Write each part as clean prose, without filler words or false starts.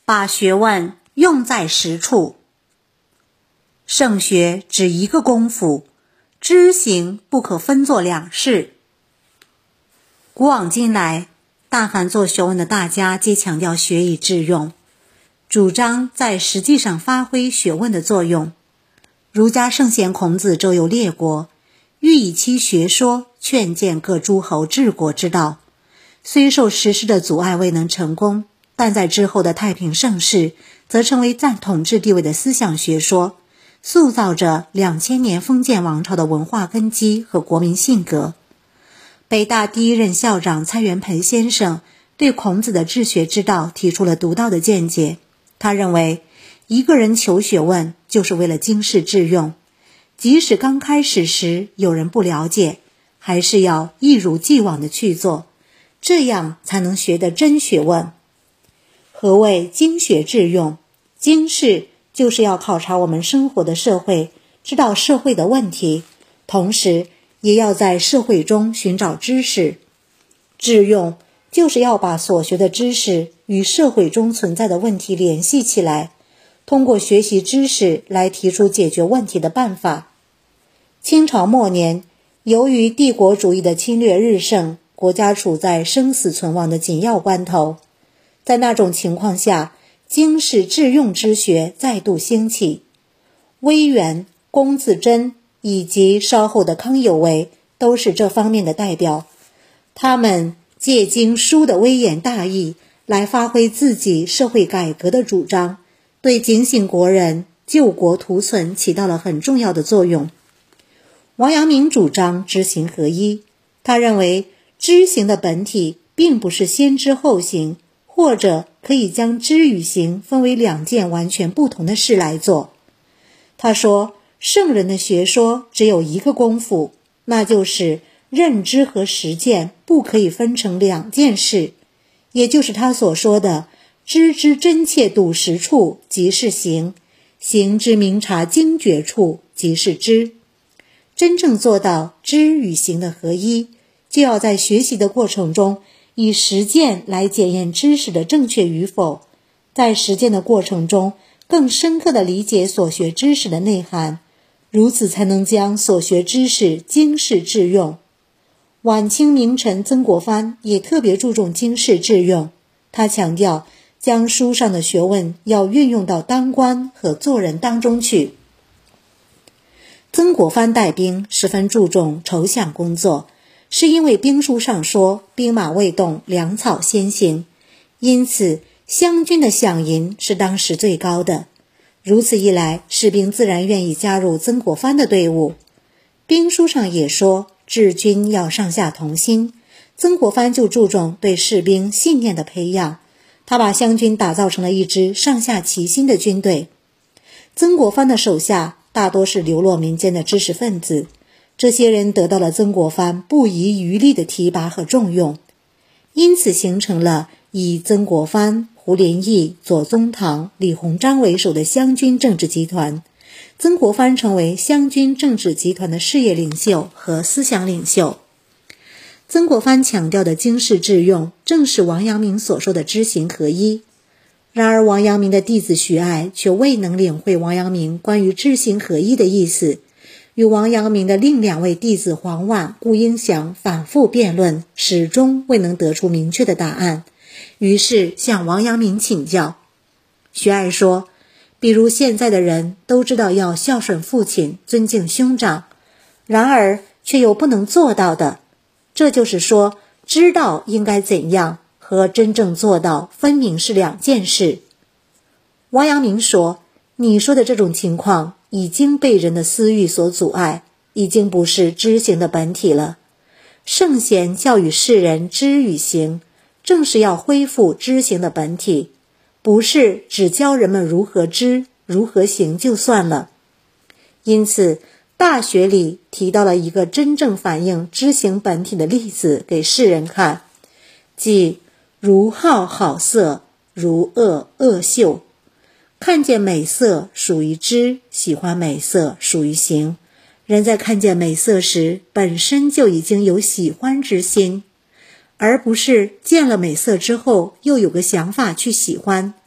把学问用在实处。圣学只一个功夫，知行不可分作两事。古往今来，但凡做学问的大家皆强调学以致用，主张在实际上发挥学问的作用。儒家圣贤孔子周游列国，欲以其学说劝谏各诸侯治国之道，虽受时势的阻碍未能成功，但在之后的太平盛世则成为占统治地位的思想学说，塑造着2000年封建王朝的文化根基和国民性格。北大第一任校长蔡元培先生对孔子的治学之道提出了独到的见解。他认为，一个人求学问就是为了经世致用，即使刚开始时有人不了解，还是要一如既往地去做，这样才能学得真学问。何谓经学致用？经世就是要考察我们生活的社会，知道社会的问题，同时也要在社会中寻找知识。致用就是要把所学的知识与社会中存在的问题联系起来，通过学习知识来提出解决问题的办法。清朝末年，由于帝国主义的侵略日盛，国家处在生死存亡的紧要关头。在那种情况下，经世致用之学再度兴起。微垣、龚自珍以及稍后的康有为都是这方面的代表。他们借经书的微言大义来发挥自己社会改革的主张，对警醒国人、救国图存起到了很重要的作用。王阳明主张知行合一，他认为知行的本体并不是先知后行，或者可以将知与行分为两件完全不同的事来做。他说，圣人的学说只有一个功夫，那就是认知和实践不可以分成两件事，也就是他所说的知之真切笃实处即是行，行之明察精绝处即是知。真正做到知与行的合一，就要在学习的过程中以实践来检验知识的正确与否，在实践的过程中更深刻地理解所学知识的内涵，如此才能将所学知识经世致用。晚清名臣曾国藩也特别注重经世致用，他强调将书上的学问要运用到当官和做人当中去。曾国藩带兵十分注重筹饷工作，是因为兵书上说兵马未动，粮草先行，因此湘军的饷银是当时最高的。如此一来，士兵自然愿意加入曾国藩的队伍。兵书上也说治军要上下同心，曾国藩就注重对士兵信念的培养，他把湘军打造成了一支上下齐心的军队。曾国藩的手下大多是流落民间的知识分子，这些人得到了曾国藩不遗余力的提拔和重用，因此形成了以曾国藩、胡林翼、左宗棠、李鸿章为首的湘军政治集团。曾国藩成为湘军政治集团的事业领袖和思想领袖。曾国藩强调的经世致用，正是王阳明所说的知行合一。然而王阳明的弟子徐爱却未能领会王阳明关于知行合一的意思，与王阳明的另两位弟子黄万、顾应祥反复辩论，始终未能得出明确的答案，于是向王阳明请教。徐爱说，比如现在的人都知道要孝顺父亲，尊敬兄长，然而却又不能做到的，这就是说知道应该怎样和真正做到分明是两件事。王阳明说，你说的这种情况已经被人的私欲所阻碍，已经不是知行的本体了。圣贤教育世人知与行，正是要恢复知行的本体，不是只教人们如何知如何行就算了。因此大学里提到了一个真正反映知行本体的例子给世人看，即如好好色，如恶恶嗅。看见美色属于知，喜欢美色属于行。人在看见美色时，本身就已经有喜欢之心，而不是见了美色之后又有个想法去喜欢。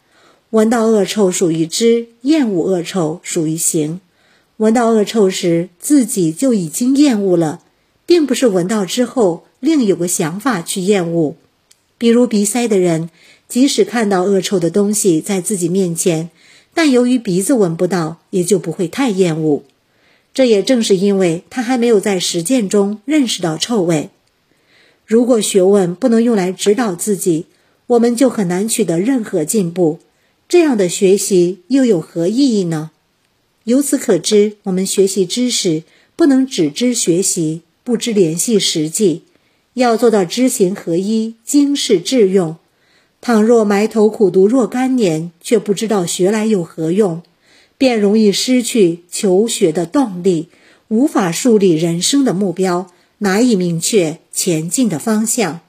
闻到恶臭属于知，厌恶恶臭属于行。闻到恶臭时，自己就已经厌恶了，并不是闻到之后另有个想法去厌恶。比如鼻塞的人，即使看到恶臭的东西在自己面前，但由于鼻子闻不到，也就不会太厌恶。这也正是因为他还没有在实践中认识到臭味。如果学问不能用来指导自己，我们就很难取得任何进步。这样的学习又有何意义呢？由此可知，我们学习知识不能只知学习，不知联系实际，要做到知行合一，经世致用。倘若埋头苦读若干年，却不知道学来有何用，便容易失去求学的动力，无法树立人生的目标，难以明确前进的方向。